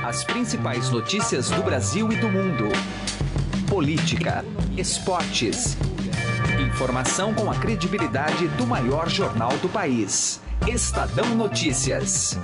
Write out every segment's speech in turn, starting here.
As principais notícias do Brasil e do mundo. Política, esportes. Informação com a credibilidade do maior jornal do país. Estadão Notícias.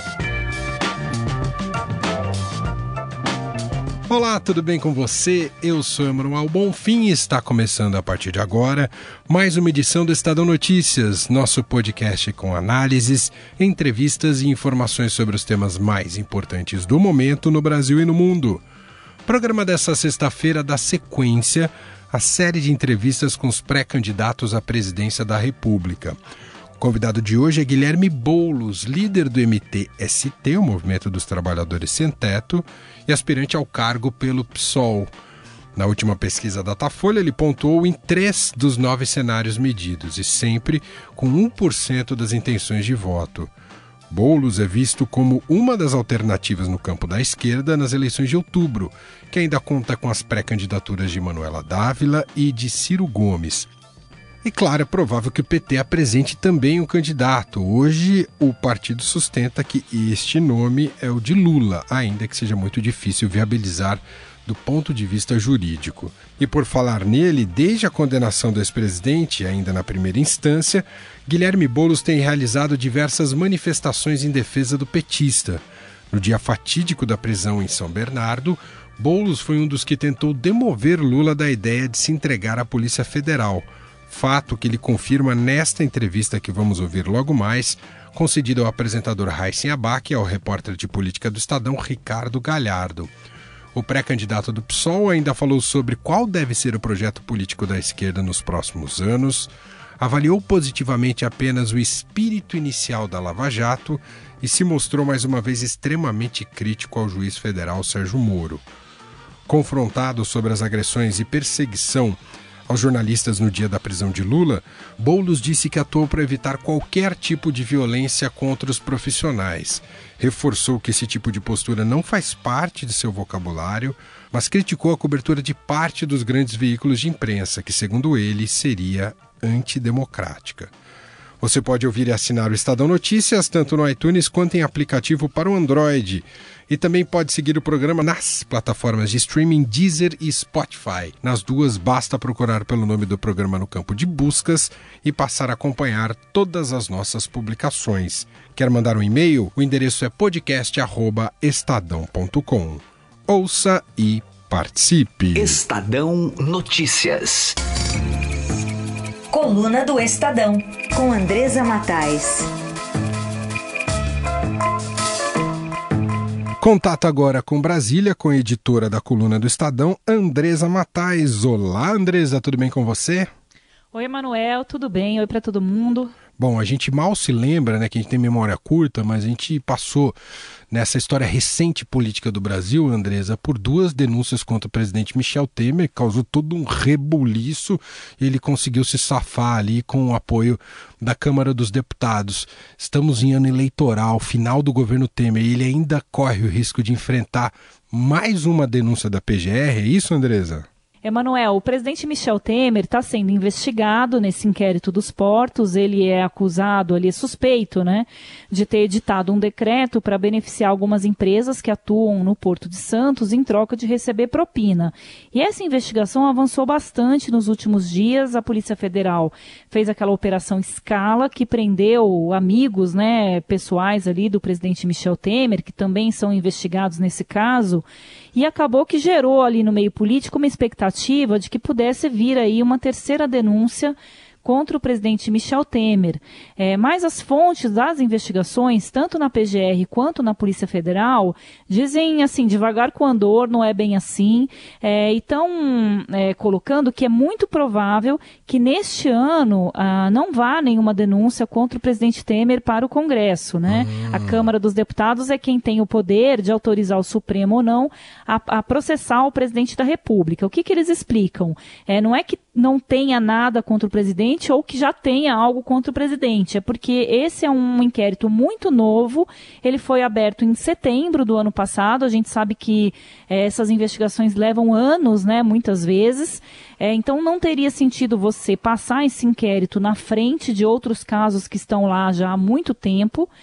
Olá, tudo bem com você? Eu sou Emanuel Bonfim e está começando a partir de agora mais uma edição do Estadão Notícias, nosso podcast com análises, entrevistas e informações sobre os temas mais importantes do momento no Brasil e no mundo. O programa dessa sexta-feira dá sequência à série de entrevistas com os pré-candidatos à presidência da República. O convidado de hoje é Guilherme Boulos, líder do MTST, o Movimento dos Trabalhadores Sem Teto, e aspirante ao cargo pelo PSOL. Na última pesquisa Datafolha, ele pontuou em 3 dos 9 cenários medidos, e sempre com 1% das intenções de voto. Boulos é visto como uma das alternativas no campo da esquerda nas eleições de outubro, que ainda conta com as pré-candidaturas de Manuela Dávila e de Ciro Gomes. E claro, é provável que o PT apresente também um candidato. Hoje, o partido sustenta que este nome é o de Lula, ainda que seja muito difícil viabilizar do ponto de vista jurídico. E por falar nele, desde a condenação do ex-presidente, ainda na primeira instância, Guilherme Boulos tem realizado diversas manifestações em defesa do petista. No dia fatídico da prisão em São Bernardo, Boulos foi um dos que tentou demover Lula da ideia de se entregar à Polícia Federal. Fato que ele confirma nesta entrevista que vamos ouvir logo mais, concedida ao apresentador Raíssen Abac e ao repórter de política do Estadão Ricardo Galhardo. O pré-candidato do PSOL ainda falou sobre qual deve ser o projeto político da esquerda nos próximos anos, avaliou positivamente apenas o espírito inicial da Lava Jato e se mostrou mais uma vez extremamente crítico ao juiz federal Sérgio Moro. Confrontado sobre as agressões e perseguição aos jornalistas no dia da prisão de Lula, Boulos disse que atuou para evitar qualquer tipo de violência contra os profissionais. Reforçou que esse tipo de postura não faz parte de seu vocabulário, mas criticou a cobertura de parte dos grandes veículos de imprensa, que, segundo ele, seria antidemocrática. Você pode ouvir e assinar o Estadão Notícias tanto no iTunes quanto em aplicativo para o Android. E também pode seguir o programa nas plataformas de streaming Deezer e Spotify. Nas duas, basta procurar pelo nome do programa no campo de buscas e passar a acompanhar todas as nossas publicações. Quer mandar um e-mail? O endereço é podcast@estadão.com. Ouça e participe. Estadão Notícias. Coluna do Estadão, com Andresa Matais. Contato agora com Brasília, com a editora da Coluna do Estadão, Andresa Matais. Olá, Andresa, tudo bem com você? Oi, Emanuel, tudo bem? Oi para todo mundo. Bom, a gente mal se lembra, né, que a gente tem memória curta, mas a gente passou nessa história recente política do Brasil, Andresa, por 2 denúncias contra o presidente Michel Temer, que causou todo um rebuliço e ele conseguiu se safar ali com o apoio da Câmara dos Deputados. Estamos em ano eleitoral, final do governo Temer, e ele ainda corre o risco de enfrentar mais uma denúncia da PGR, é isso, Andresa? Emanuel, o presidente Michel Temer está sendo investigado nesse inquérito dos portos. Ele é acusado, ele é suspeito, né, de ter editado um decreto para beneficiar algumas empresas que atuam no Porto de Santos em troca de receber propina. E essa investigação avançou bastante nos últimos dias. A Polícia Federal fez aquela operação Scala, que prendeu amigos, né, pessoais ali do presidente Michel Temer, que também são investigados nesse caso, e acabou que gerou ali no meio político uma expectativa de que pudesse vir aí uma terceira denúncia contra o presidente Michel Temer. Mas as fontes das investigações, tanto na PGR quanto na Polícia Federal, dizem assim, devagar com andor, não é bem assim, e estão colocando que é muito provável que neste ano não vá nenhuma denúncia contra o presidente Temer para o Congresso, né? A Câmara dos Deputados é quem tem o poder de autorizar o Supremo ou não a processar o presidente da República. O que eles explicam? Não é que não tenha nada contra o presidente ou que já tenha algo contra o presidente. É porque esse é um inquérito muito novo, ele foi aberto em setembro do ano passado, a gente sabe que essas investigações levam anos, né, muitas vezes, então não teria sentido você passar esse inquérito na frente de outros casos que estão lá já há muito tempo.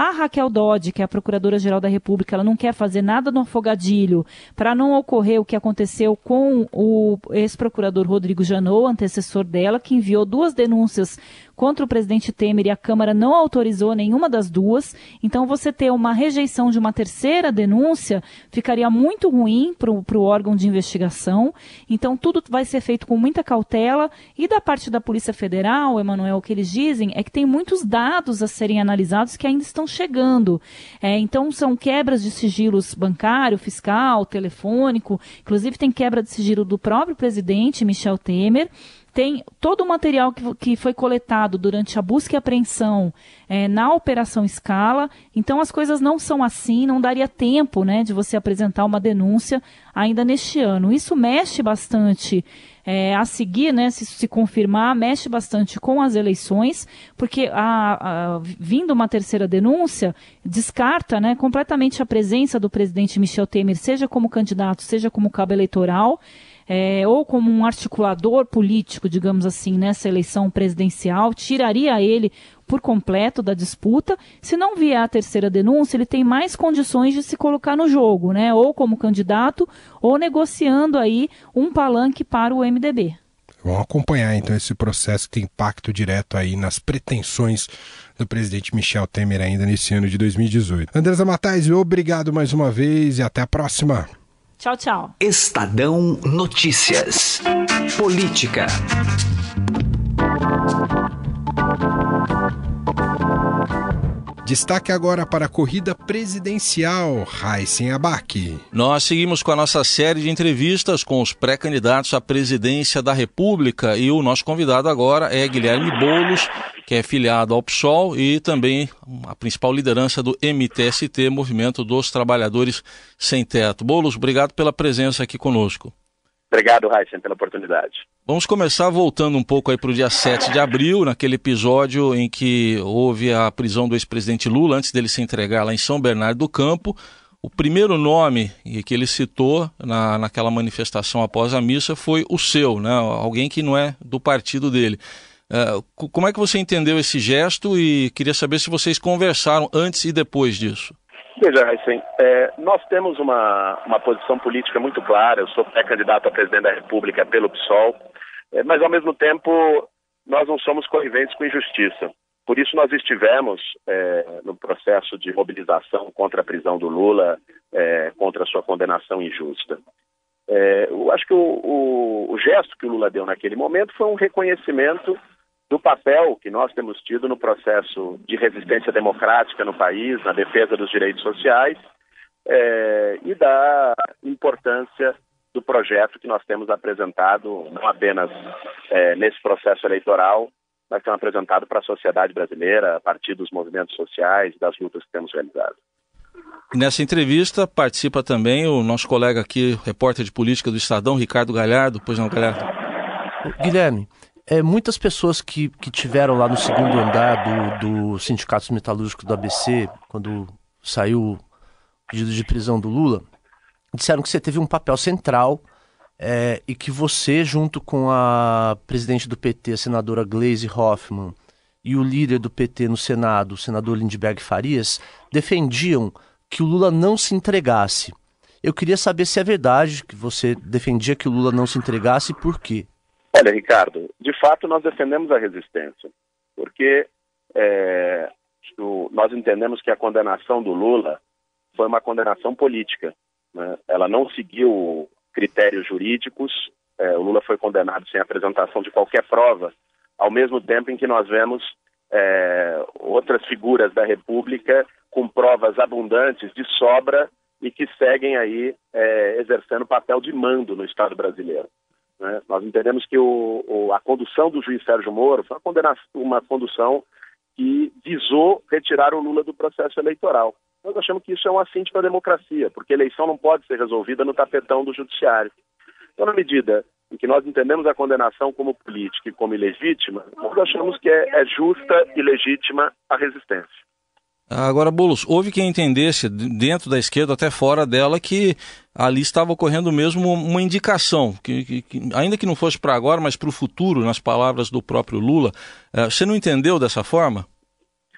A Raquel Dodge, que é a Procuradora-Geral da República, ela não quer fazer nada no afogadilho para não ocorrer o que aconteceu com o ex-procurador Rodrigo Janot, antecessor dela, que enviou 2 denúncias contra o presidente Temer e a Câmara não autorizou nenhuma das 2. Então, você ter uma rejeição de uma terceira denúncia ficaria muito ruim para o órgão de investigação. Então, tudo vai ser feito com muita cautela. E da parte da Polícia Federal, Emanuel, o que eles dizem é que tem muitos dados a serem analisados que ainda estão chegando. Então, são quebras de sigilos bancário, fiscal, telefônico. Inclusive, tem quebra de sigilo do próprio presidente, Michel Temer. Tem todo o material que foi coletado durante a busca e apreensão na Operação Scala. Então, as coisas não são assim, não daria tempo, né, de você apresentar uma denúncia ainda neste ano. Isso mexe bastante, a seguir, né, se confirmar, mexe bastante com as eleições, porque vindo uma terceira denúncia, descarta, né, completamente a presença do presidente Michel Temer, seja como candidato, seja como cabo eleitoral, ou como um articulador político, digamos assim, nessa eleição presidencial, tiraria ele por completo da disputa. Se não vier a terceira denúncia, ele tem mais condições de se colocar no jogo, né? Ou como candidato, ou negociando aí um palanque para o MDB. Vamos acompanhar então esse processo que tem impacto direto aí nas pretensões do presidente Michel Temer ainda nesse ano de 2018. Andresa Matais, obrigado mais uma vez e até a próxima. Tchau, tchau. Estadão Notícias. Política. Destaque agora para a corrida presidencial, Raíssen Abac. Nós seguimos com a nossa série de entrevistas com os pré-candidatos à presidência da República e o nosso convidado agora é Guilherme Boulos, que é filiado ao PSOL e também a principal liderança do MTST, Movimento dos Trabalhadores Sem Teto. Boulos, obrigado pela presença aqui conosco. Obrigado, Raíssen, pela oportunidade. Vamos começar voltando um pouco aí para o dia 7 de abril, naquele episódio em que houve a prisão do ex-presidente Lula, antes dele se entregar lá em São Bernardo do Campo. O primeiro nome que ele citou naquela manifestação após a missa foi o seu, né? Alguém que não é do partido dele. Como é que você entendeu esse gesto e queria saber se vocês conversaram antes e depois disso? Veja, Raíssen, nós temos uma posição política muito clara. Eu sou pré-candidato a presidente da República pelo PSOL, mas ao mesmo tempo nós não somos coniventes com injustiça. Por isso nós estivemos no processo de mobilização contra a prisão do Lula, contra a sua condenação injusta. Eu acho que o gesto que o Lula deu naquele momento foi um reconhecimento do papel que nós temos tido no processo de resistência democrática no país, na defesa dos direitos sociais, e da importância do projeto que nós temos apresentado, não apenas nesse processo eleitoral, mas temos apresentado para a sociedade brasileira, a partir dos movimentos sociais e das lutas que temos realizado. Nessa entrevista participa também o nosso colega aqui, repórter de política do Estadão, Ricardo Galhardo. Pois não, Galhardo? Guilherme, muitas pessoas que tiveram lá no segundo andar do Sindicato Metalúrgico do ABC, quando saiu o pedido de prisão do Lula, disseram que você teve um papel central e que você, junto com a presidente do PT, a senadora Gleisi Hoffmann, e o líder do PT no Senado, o senador Lindbergh Farias, defendiam que o Lula não se entregasse. Eu queria saber se é verdade que você defendia que o Lula não se entregasse e por quê. Olha, Ricardo, de fato nós defendemos a resistência, porque nós entendemos que a condenação do Lula foi uma condenação política, né? Ela não seguiu critérios jurídicos, o Lula foi condenado sem apresentação de qualquer prova, ao mesmo tempo em que nós vemos outras figuras da República com provas abundantes de sobra e que seguem aí exercendo papel de mando no Estado brasileiro. Né? Nós entendemos que a condução do juiz Sérgio Moro foi uma condução que visou retirar o Lula do processo eleitoral. Nós achamos que isso é um assinte para a democracia, porque a eleição não pode ser resolvida no tapetão do judiciário. Então, na medida em que nós entendemos a condenação como política e como ilegítima, nós achamos que é justa e legítima a resistência. Agora, Boulos, houve quem entendesse, dentro da esquerda, até fora dela, que ali estava ocorrendo mesmo uma indicação, que ainda que não fosse para agora, mas para o futuro, nas palavras do próprio Lula. Você não entendeu dessa forma?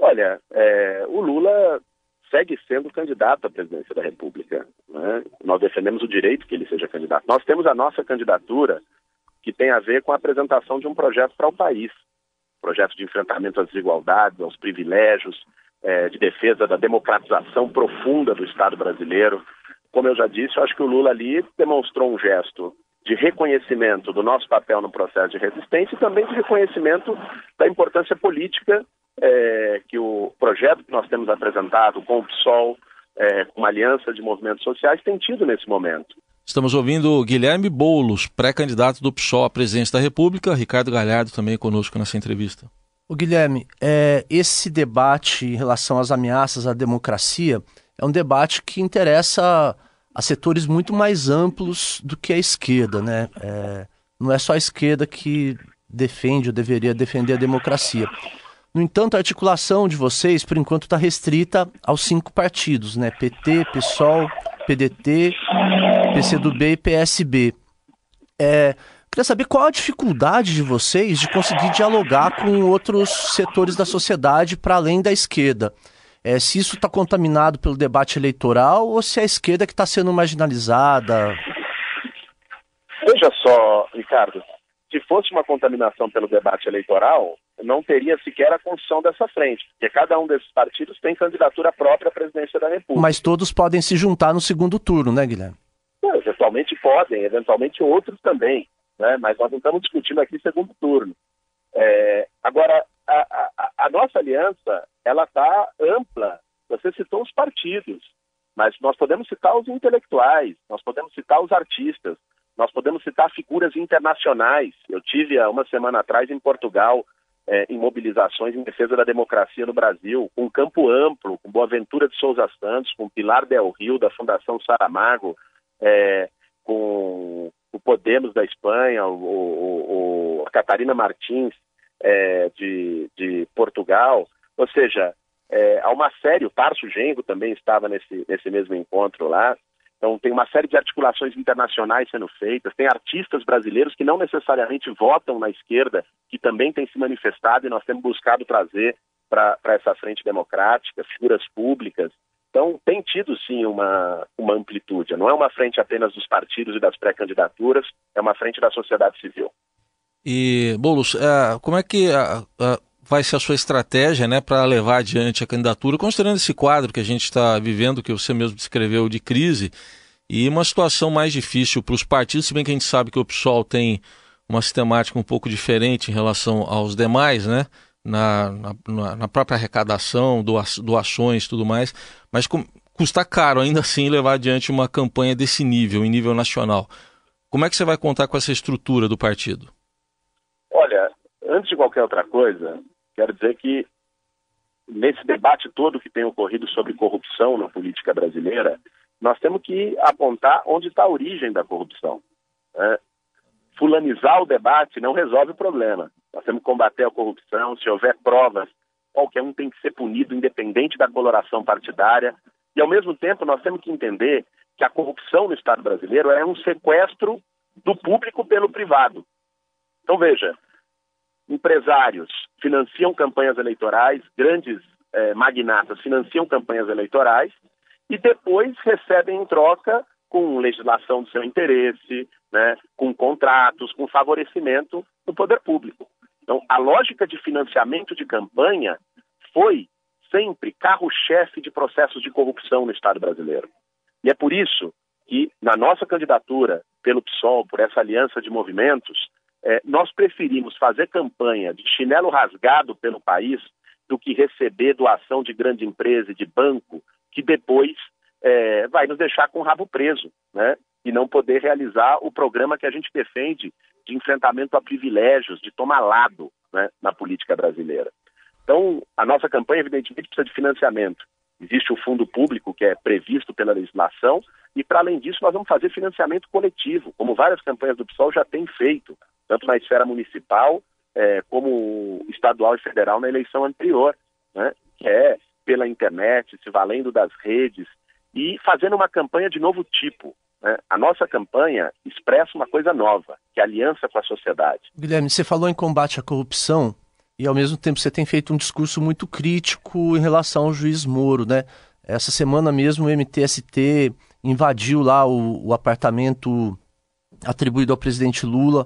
Olha, o Lula segue sendo candidato à presidência da República, né? Nós defendemos o direito que ele seja candidato. Nós temos a nossa candidatura que tem a ver com a apresentação de um projeto para o país. Projeto de enfrentamento às desigualdades, aos privilégios, de defesa da democratização profunda do Estado brasileiro. Como eu já disse, eu acho que o Lula ali demonstrou um gesto de reconhecimento do nosso papel no processo de resistência e também de reconhecimento da importância política que o projeto que nós temos apresentado com o PSOL, com uma aliança de movimentos sociais, tem tido nesse momento. Estamos ouvindo Guilherme Boulos, pré-candidato do PSOL à presidência da República. Ricardo Galhardo também conosco nessa entrevista. O Guilherme, esse debate em relação às ameaças à democracia é um debate que interessa a setores muito mais amplos do que a esquerda, né? Não é só a esquerda que defende ou deveria defender a democracia. No entanto, a articulação de vocês, por enquanto, está restrita aos 5 partidos, né? PT, PSOL, PDT, PCdoB e PSB. Queria saber qual a dificuldade de vocês de conseguir dialogar com outros setores da sociedade para além da esquerda. Se isso está contaminado pelo debate eleitoral ou se é a esquerda que está sendo marginalizada? Veja só, Ricardo, se fosse uma contaminação pelo debate eleitoral, não teria sequer a construção dessa frente, porque cada um desses partidos tem candidatura própria à presidência da República. Mas todos podem se juntar no segundo turno, né, Guilherme? Eventualmente podem, eventualmente outros também, né? Mas nós não estamos discutindo aqui segundo turno. Agora, a nossa aliança, ela está ampla. Você citou os partidos, mas nós podemos citar os intelectuais, nós podemos citar os artistas, nós podemos citar figuras internacionais. Eu tive há uma semana atrás em Portugal, em mobilizações em defesa da democracia no Brasil, com Campo Amplo, com Boaventura de Sousa Santos, com Pilar Del Rio, da Fundação Saramago, com o Podemos da Espanha, a Catarina Martins de Portugal. Ou seja, há uma série, o Tarso Genro também estava nesse mesmo encontro lá. Então tem uma série de articulações internacionais sendo feitas, tem artistas brasileiros que não necessariamente votam na esquerda, que também têm se manifestado e nós temos buscado trazer para essa frente democrática, figuras públicas. Então tem tido sim uma amplitude, não é uma frente apenas dos partidos e das pré-candidaturas, é uma frente da sociedade civil. E, Boulos, como é que vai ser a sua estratégia, né, para levar adiante a candidatura, considerando esse quadro que a gente está vivendo, que você mesmo descreveu, de crise, e uma situação mais difícil para os partidos, se bem que a gente sabe que o PSOL tem uma sistemática um pouco diferente em relação aos demais, né, na própria arrecadação, doações e tudo mais, mas custa caro ainda assim levar adiante uma campanha desse nível, em nível nacional. Como é que você vai contar com essa estrutura do partido? Olha, antes de qualquer outra coisa, quero dizer que nesse debate todo que tem ocorrido sobre corrupção na política brasileira, nós temos que apontar onde está a origem da corrupção. Fulanizar o debate não resolve o problema. Nós temos que combater a corrupção. Se houver provas, qualquer um tem que ser punido, independente da coloração partidária. E, ao mesmo tempo, nós temos que entender que a corrupção no Estado brasileiro é um sequestro do público pelo privado. Então, veja, empresários financiam campanhas eleitorais, grandes magnatas financiam campanhas eleitorais e depois recebem em troca com legislação do seu interesse, né, com contratos, com favorecimento do poder público. Então, a lógica de financiamento de campanha foi sempre carro-chefe de processos de corrupção no Estado brasileiro. E é por isso que, na nossa candidatura, pelo PSOL, por essa aliança de movimentos, nós preferimos fazer campanha de chinelo rasgado pelo país do que receber doação de grande empresa e de banco que depois vai nos deixar com o rabo preso, né? E não poder realizar o programa que a gente defende de enfrentamento a privilégios, de tomar lado, né, na política brasileira. Então, a nossa campanha, evidentemente, precisa de financiamento. Existe o fundo público que é previsto pela legislação e, para além disso, nós vamos fazer financiamento coletivo, como várias campanhas do PSOL já têm feito, tanto na esfera municipal como estadual e federal na eleição anterior, né, que é pela internet, se valendo das redes e fazendo uma campanha de novo tipo. A nossa campanha expressa uma coisa nova, que é a aliança com a sociedade. Guilherme, você falou em combate à corrupção E ao mesmo tempo você tem feito um discurso muito crítico em relação ao juiz Moro, né? Essa semana mesmo o MTST invadiu lá o apartamento atribuído ao presidente Lula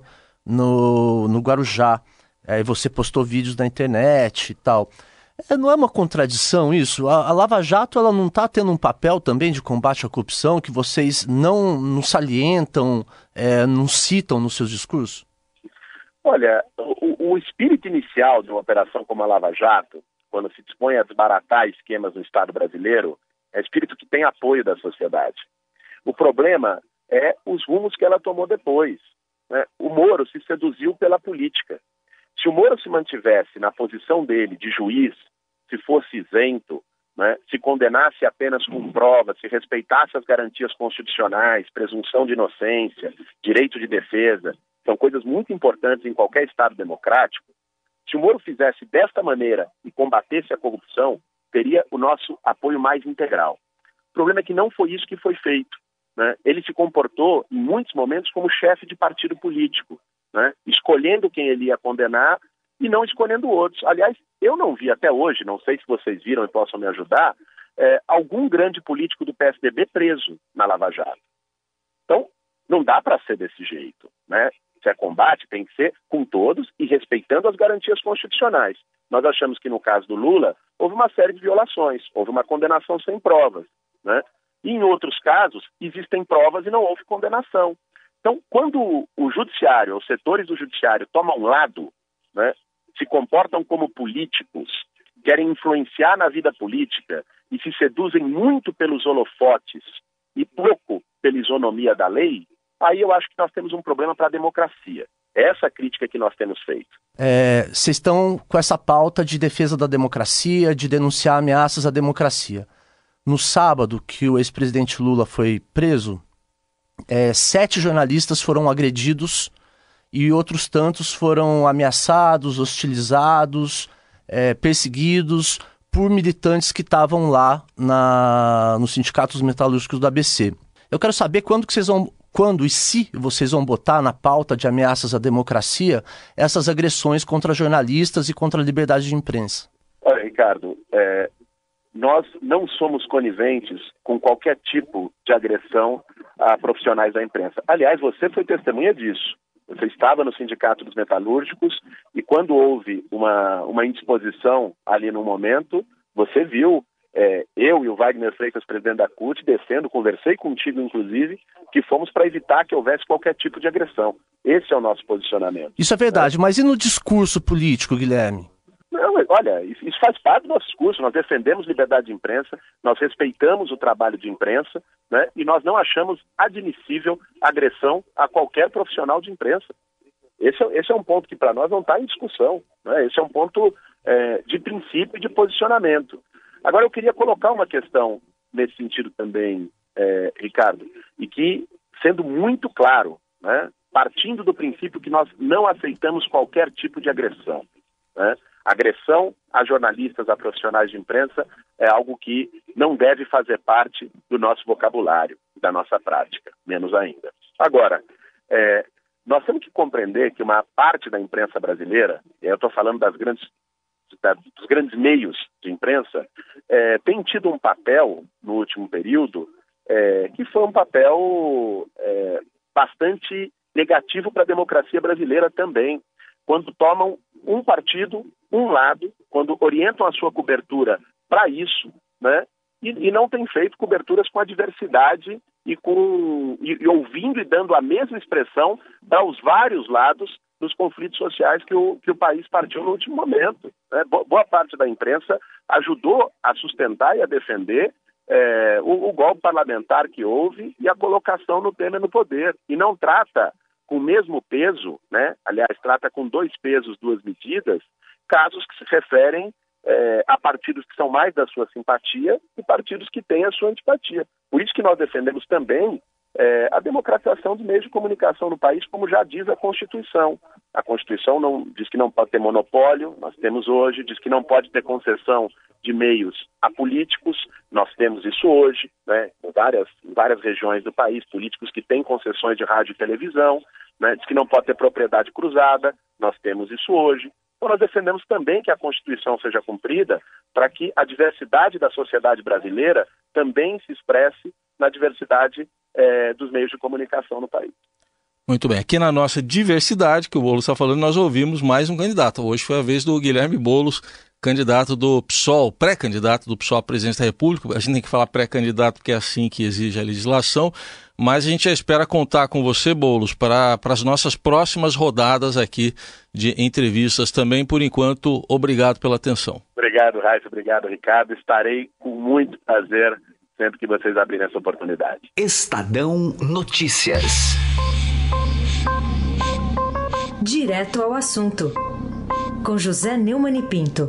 no Guarujá. Aí você postou vídeos na internet e tal. Não é uma contradição isso? A Lava Jato ela não está tendo um papel também de combate à corrupção que vocês não salientam, não citam nos seus discursos? Olha, o espírito inicial de uma operação como a Lava Jato, quando se dispõe a desbaratar esquemas no Estado brasileiro, é espírito que tem apoio da sociedade. O problema é os rumos que ela tomou depois, né? O Moro se seduziu pela política. Se o Moro se mantivesse na posição dele de juiz, se fosse isento, né, se condenasse apenas com provas, se respeitasse as garantias constitucionais, presunção de inocência, direito de defesa, são coisas muito importantes em qualquer Estado democrático. Se o Moro fizesse desta maneira e combatesse a corrupção, teria o nosso apoio mais integral. O problema é que não foi isso que foi feito, né? Ele se comportou, em muitos momentos, como chefe de partido político, né? Escolhendo quem ele ia condenar e não escolhendo outros. Aliás, eu não vi até hoje, não sei se vocês viram e possam me ajudar, algum grande político do PSDB preso na Lava Jato. Então, não dá para ser desse jeito, né? Se é combate, tem que ser com todos e respeitando as garantias constitucionais. Nós achamos que no caso do Lula, houve uma série de violações, houve uma condenação sem provas, né? E em outros casos, existem provas e não houve condenação. Então, quando o judiciário, os setores do judiciário tomam lado, né, se comportam como políticos, querem influenciar na vida política e se seduzem muito pelos holofotes e pouco pela isonomia da lei, aí eu acho que nós temos um problema para a democracia. É essa a crítica que nós temos feito. Vocês estão com essa pauta de defesa da democracia, de denunciar ameaças à democracia. No sábado, que o ex-presidente Lula foi preso, 7 jornalistas foram agredidos e outros tantos foram ameaçados, hostilizados, perseguidos por militantes que estavam lá nos sindicatos metalúrgicos do ABC. Eu quero saber quando e se vocês vão botar na pauta de ameaças à democracia essas agressões contra jornalistas e contra a liberdade de imprensa. Olha, Ricardo, nós não somos coniventes com qualquer tipo de agressão a profissionais da imprensa. Aliás, você foi testemunha disso. Você estava no Sindicato dos Metalúrgicos e quando houve uma indisposição ali no momento, você viu eu e o Wagner Freitas, presidente da CUT, descendo, conversei contigo, inclusive, que fomos para evitar que houvesse qualquer tipo de agressão. Esse é o nosso posicionamento. Isso é verdade, mas e no discurso político, Guilherme? Não, olha, isso faz parte do nosso discurso. Nós defendemos liberdade de imprensa, nós respeitamos o trabalho de imprensa, né, e nós não achamos admissível agressão a qualquer profissional de imprensa. Esse é um ponto que para nós não está em discussão, né? Esse é um ponto de princípio e de posicionamento. Agora, eu queria colocar uma questão nesse sentido também, Ricardo, e que, sendo muito claro, né, partindo do princípio que nós não aceitamos qualquer tipo de agressão, né? Agressão a jornalistas, a profissionais de imprensa, é algo que não deve fazer parte do nosso vocabulário, da nossa prática, menos ainda. Agora, nós temos que compreender que uma parte da imprensa brasileira, eu estou falando dos grandes meios de imprensa, tem tido um papel no último período que foi um papel bastante negativo para a democracia brasileira também, quando tomam um partido, um lado, quando orientam a sua cobertura para isso, né? E não tem feito coberturas com a diversidade e ouvindo e dando a mesma expressão para os vários lados dos conflitos sociais que o país partiu no último momento, né? Boa parte da imprensa ajudou a sustentar e a defender o golpe parlamentar que houve e a colocação no Temer no poder. E não trata com o mesmo peso, né? Aliás, trata com 2 pesos, 2 medidas, casos que se referem a partidos que são mais da sua simpatia e partidos que têm a sua antipatia. Por isso que nós defendemos também a democratização dos meios de comunicação no país, como já diz a Constituição. A Constituição diz que não pode ter monopólio, nós temos hoje, diz que não pode ter concessão de meios a políticos, nós temos isso hoje, né, em várias regiões do país, políticos que têm concessões de rádio e televisão, né, diz que não pode ter propriedade cruzada, nós temos isso hoje. Então nós defendemos também que a Constituição seja cumprida para que a diversidade da sociedade brasileira também se expresse na diversidade dos meios de comunicação no país. Muito bem, aqui na nossa diversidade, que o Boulos está falando, nós ouvimos mais um candidato. Hoje foi a vez do Guilherme Boulos, candidato do PSOL, pré-candidato do PSOL à presidência da República. A gente tem que falar pré-candidato porque é assim que exige a legislação, mas a gente já espera contar com você, Boulos, para as nossas próximas rodadas aqui de entrevistas também. Por enquanto, obrigado pela atenção. Obrigado, Raíssa, obrigado, Ricardo. Estarei com muito prazer sempre que vocês abrirem essa oportunidade. Estadão Notícias. Direto ao assunto, com José Neumann e Pinto.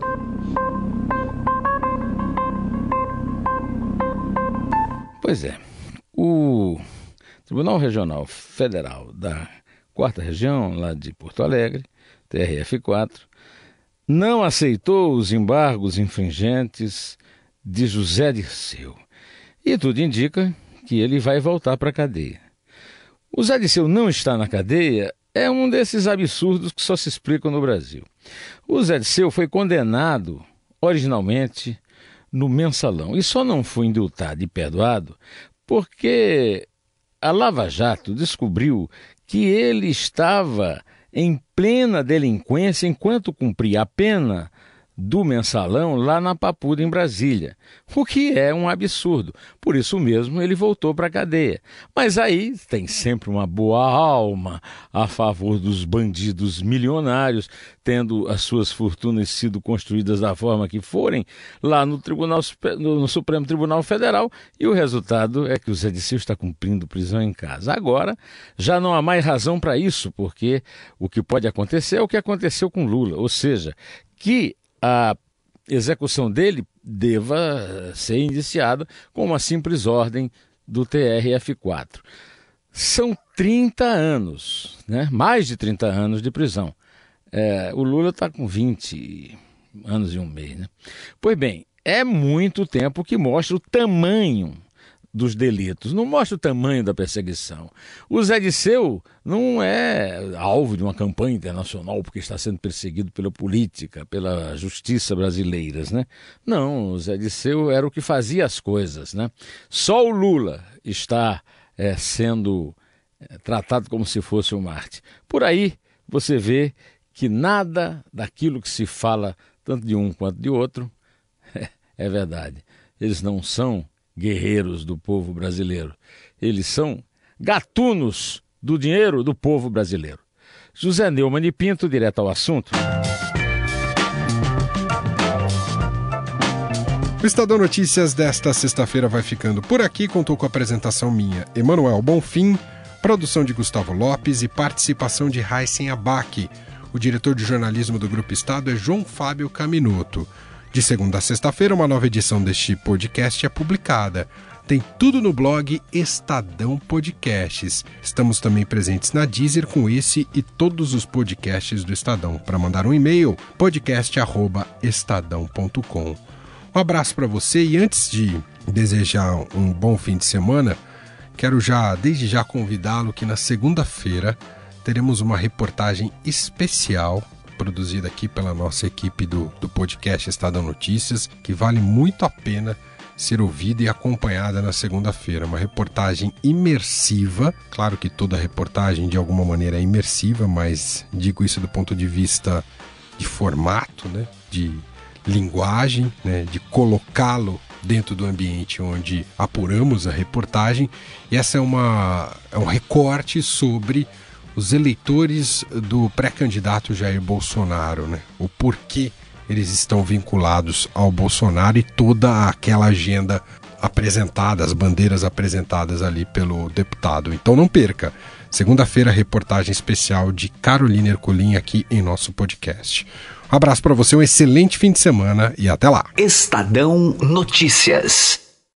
Pois é, o Tribunal Regional Federal da 4ª Região, lá de Porto Alegre, TRF4, não aceitou os embargos infringentes de José Dirceu. E tudo indica que ele vai voltar para a cadeia. O Zé Dirceu não está na cadeia é um desses absurdos que só se explicam no Brasil. O Zé Dirceu foi condenado originalmente no Mensalão e só não foi indultado e perdoado porque a Lava Jato descobriu que ele estava em plena delinquência enquanto cumpria a pena do Mensalão lá na Papuda, em Brasília, o que é um absurdo. Por isso mesmo ele voltou para a cadeia. Mas aí tem sempre uma boa alma a favor dos bandidos milionários, tendo as suas fortunas sido construídas da forma que forem lá no Supremo Tribunal Federal, e o resultado é que o Zé Dirceu está cumprindo prisão em casa. Agora já não há mais razão para isso, porque o que pode acontecer é o que aconteceu com Lula, ou seja, que a execução dele deva ser indiciada com uma simples ordem do TRF4. São 30 anos, né? Mais de 30 anos de prisão. O Lula está com 20 anos e um mês, né? Pois bem, é muito tempo que mostra o tamanho dos delitos, não mostra o tamanho da perseguição. O Zé Dirceu não é alvo de uma campanha internacional porque está sendo perseguido pela política, pela justiça brasileiras, né? Não, o Zé Dirceu era o que fazia as coisas, né? Só o Lula está sendo tratado como se fosse um Marte. Por aí você vê que nada daquilo que se fala, tanto de um quanto de outro, é verdade. Eles não são guerreiros do povo brasileiro. Eles são gatunos do dinheiro do povo brasileiro. José Neumann e Pinto, direto ao assunto. O Estadão Notícias desta sexta-feira vai ficando por aqui. Contou com a apresentação minha, Emanuel Bonfim, produção de Gustavo Lopes e participação de Raíssen Abac. O diretor de jornalismo do Grupo Estado é João Fábio Caminoto. De segunda a sexta-feira, uma nova edição deste podcast é publicada. Tem tudo no blog Estadão Podcasts. Estamos também presentes na Deezer com esse e todos os podcasts do Estadão. Para mandar um e-mail, podcast@estadão.com. Um abraço para você e antes de desejar um bom fim de semana, quero desde já convidá-lo que na segunda-feira teremos uma reportagem especial produzida aqui pela nossa equipe do podcast Estadão Notícias, que vale muito a pena ser ouvida e acompanhada na segunda-feira. Uma reportagem imersiva, claro que toda reportagem de alguma maneira é imersiva, mas digo isso do ponto de vista de formato, né? De linguagem, né? De colocá-lo dentro do ambiente onde apuramos a reportagem. E essa é um recorte sobre os eleitores do pré-candidato Jair Bolsonaro, né? O porquê eles estão vinculados ao Bolsonaro e toda aquela agenda apresentada, as bandeiras apresentadas ali pelo deputado. Então não perca, segunda-feira, reportagem especial de Carolina Ercolim aqui em nosso podcast. Um abraço para você, um excelente fim de semana e até lá. Estadão Notícias.